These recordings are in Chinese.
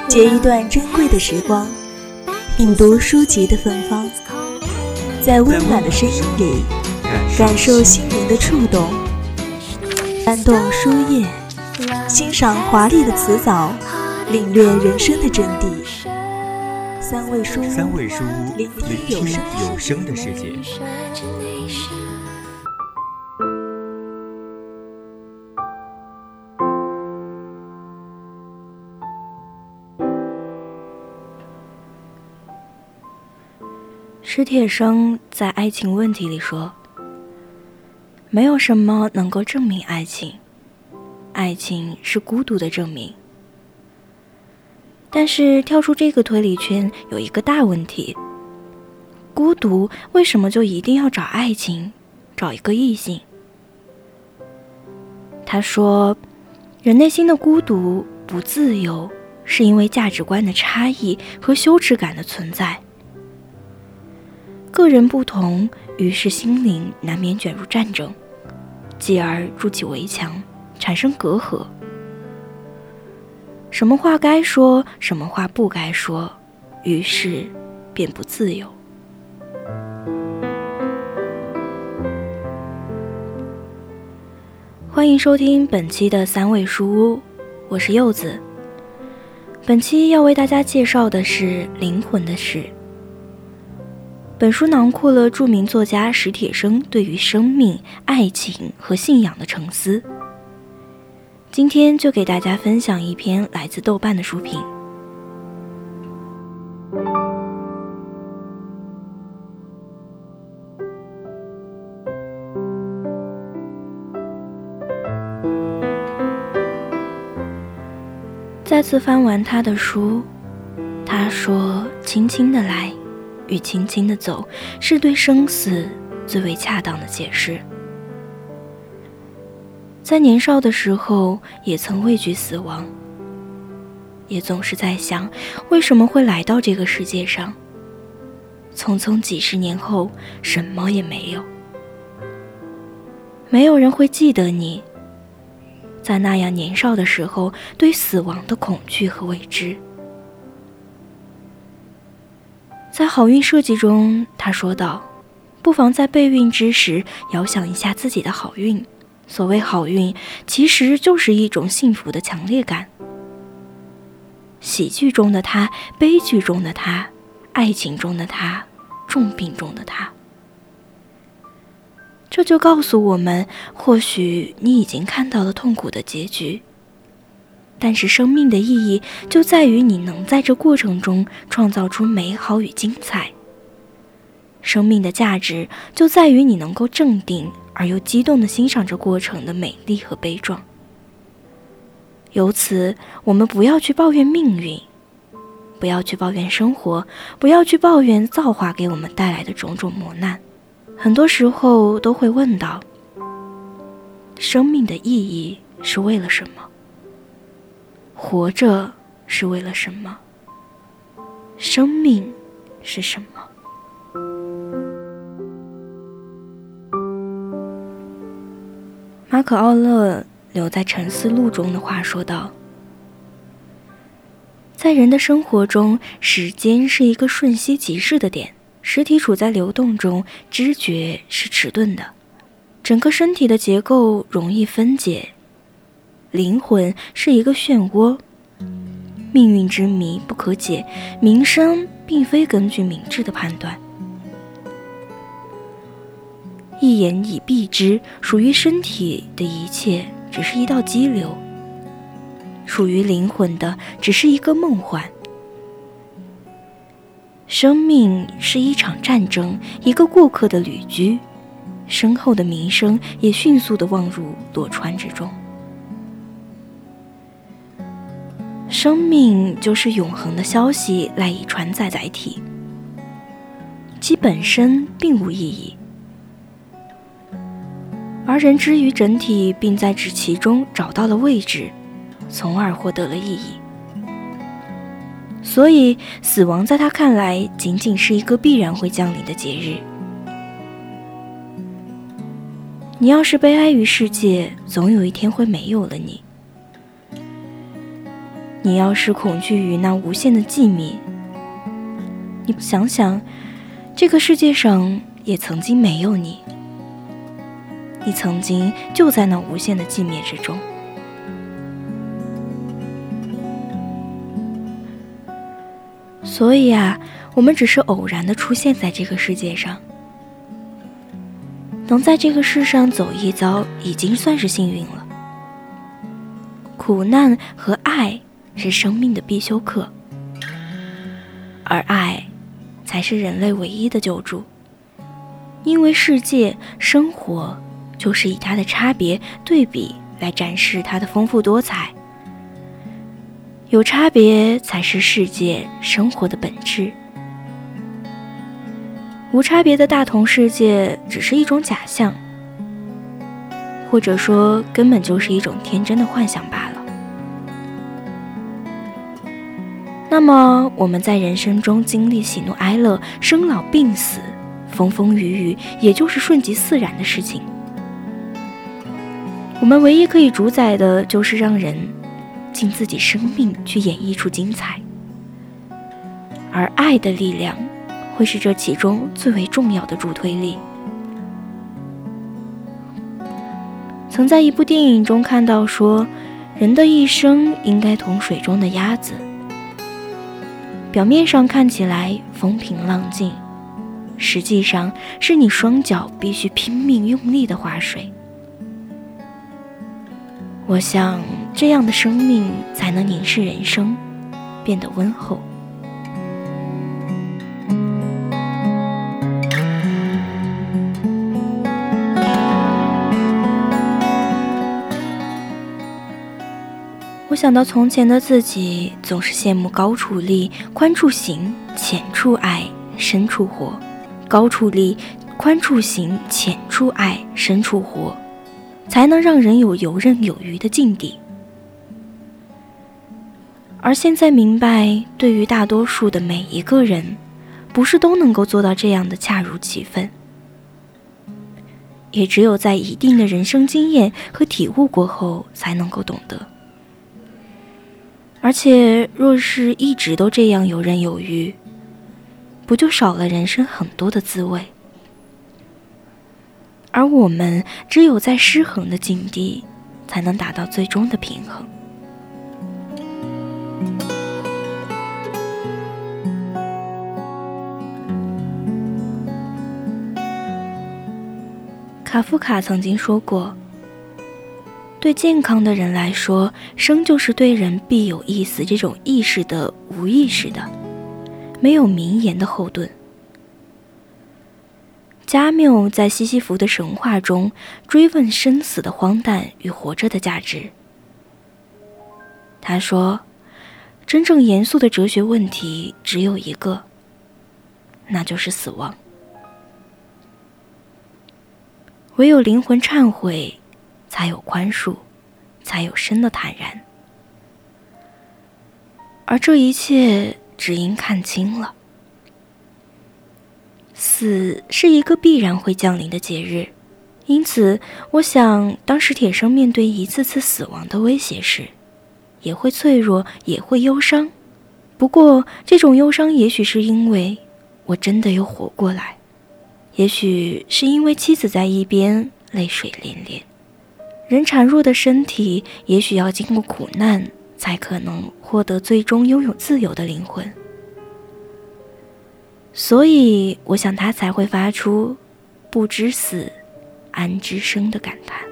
借一段珍贵的时光，品读书籍的芬芳，在温暖的声音里感受心灵的触动，翻动书页，欣赏华丽的词藻，领略人生的真谛。三味书屋，聆听有声的世界。 史铁生在《爱情问题》里说，没有什么能够证明爱情，爱情是孤独的证明。但是跳出这个推理圈有一个大问题，孤独为什么就一定要找爱情，找一个异性？他说，人内心的孤独不自由，是因为价值观的差异和羞耻感的存在。个人不同，于是心灵难免卷入战争，继而筑起围墙，产生隔阂。什么话该说，什么话不该说，于是便不自由。欢迎收听本期的三味书屋，我是柚子。本期要为大家介绍的是《灵魂的事》。本书囊括了著名作家史铁生对于生命、爱情和信仰的沉思。今天就给大家分享一篇来自豆瓣的书评。再次翻完他的书，他说，轻轻地来与轻轻地走是对生死最为恰当的解释。在年少的时候也曾畏惧死亡，也总是在想为什么会来到这个世界上，匆匆几十年后什么也没有，没有人会记得你在那样年少的时候对死亡的恐惧和未知。在好运设计中，他说道，不妨在备孕之时遥想一下自己的好运。所谓好运，其实就是一种幸福的强烈感。喜剧中的他，悲剧中的他，爱情中的他，重病中的他。这就告诉我们，或许你已经看到了痛苦的结局，但是生命的意义就在于你能在这过程中创造出美好与精彩。生命的价值就在于你能够镇定而又激动地欣赏这过程的美丽和悲壮。由此，我们不要去抱怨命运，不要去抱怨生活，不要去抱怨造化给我们带来的种种磨难。很多时候都会问到，生命的意义是为了什么？活着是为了什么？生命是什么？马可·奥勒留在沉思录中的话说道，在人的生活中，时间是一个瞬息即逝的点，实体处在流动中，知觉是迟钝的，整个身体的结构容易分解，灵魂是一个漩涡，命运之谜不可解，名声并非根据明智的判断。一言以蔽之，属于身体的一切只是一道激流，属于灵魂的只是一个梦幻。生命是一场战争，一个过客的旅居，身后的名声也迅速地忘入落川之中。生命就是永恒的消息赖以传载载体，其本身并无意义，而人之于整体，并在其中找到了位置，从而获得了意义。所以死亡在他看来仅仅是一个必然会降临的节日。你要是悲哀于世界，总有一天会没有了你。 你要是恐惧于那无限的寂灭，你想想，这个世界上也曾经没有你，你曾经就在那无限的寂灭之中。所以啊，我们只是偶然地出现在这个世界上，能在这个世上走一遭，已经算是幸运了。苦难和爱是生命的必修课，而爱才是人类唯一的救助。因为世界生活就是以它的差别对比来展示它的丰富多彩，有差别才是世界生活的本质。无差别的大同世界只是一种假象，或者说根本就是一种天真的幻想罢了。那么我们在人生中经历喜怒哀乐、生老病死、风风雨雨，也就是顺其自然的事情。我们唯一可以主宰的就是让人尽自己生命去演绎出精彩，而爱的力量会是这其中最为重要的助推力。曾在一部电影中看到说，人的一生应该同水中的鸭子，表面上看起来风平浪静，实际上是你双脚必须拼命用力的划水。我想这样的生命才能凝视人生，变得温厚。我想到从前的自己，总是羡慕高处立，宽处行，浅处爱，深处活。高处立，宽处行，浅处爱，深处活，才能让人有游刃有余的境地。而现在明白，对于大多数的每一个人，不是都能够做到这样的恰如其分，也只有在一定的人生经验和体悟过后，才能够懂得。而且若是一直都这样游刃有余，不就少了人生很多的滋味？而我们只有在失衡的境地，才能达到最终的平衡。卡夫卡曾经说过，对健康的人来说，生就是对人必有意思这种意识的无意识的，没有名言的后盾。加缪在西西弗的神话中追问生死的荒诞与活着的价值。他说，真正严肃的哲学问题只有一个，那就是死亡。唯有灵魂忏悔，才有宽恕，才有生的坦然。而这一切只因看清了，死是一个必然会降临的节日。因此我想，当史铁生面对一次次死亡的威胁时，也会脆弱，也会忧伤。不过这种忧伤也许是因为我真的又活过来，也许是因为妻子在一边泪水连连。人孱弱的身体也许要经过苦难，才可能获得最终拥有自由的灵魂。所以我想他才会发出不知死安知生的感叹。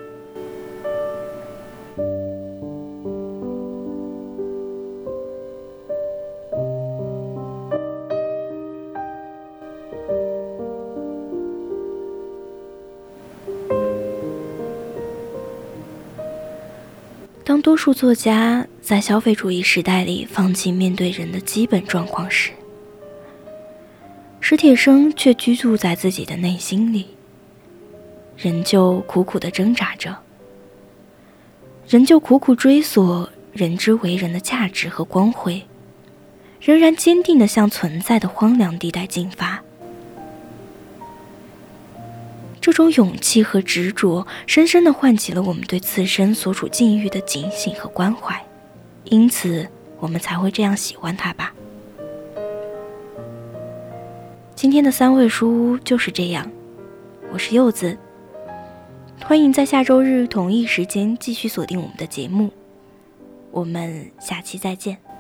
当多数作家在消费主义时代里放弃面对人的基本状况时，史铁生却居住在自己的内心里，仍旧苦苦地挣扎着，仍旧苦苦追索人之为人的价值和光辉，仍然坚定地向存在的荒凉地带进发。这种勇气和执着深深地唤起了我们对自身所处境遇的警醒和关怀。因此我们才会这样喜欢它吧。今天的三味书屋就是这样，我是柚子，欢迎在下周日同一时间继续锁定我们的节目，我们下期再见。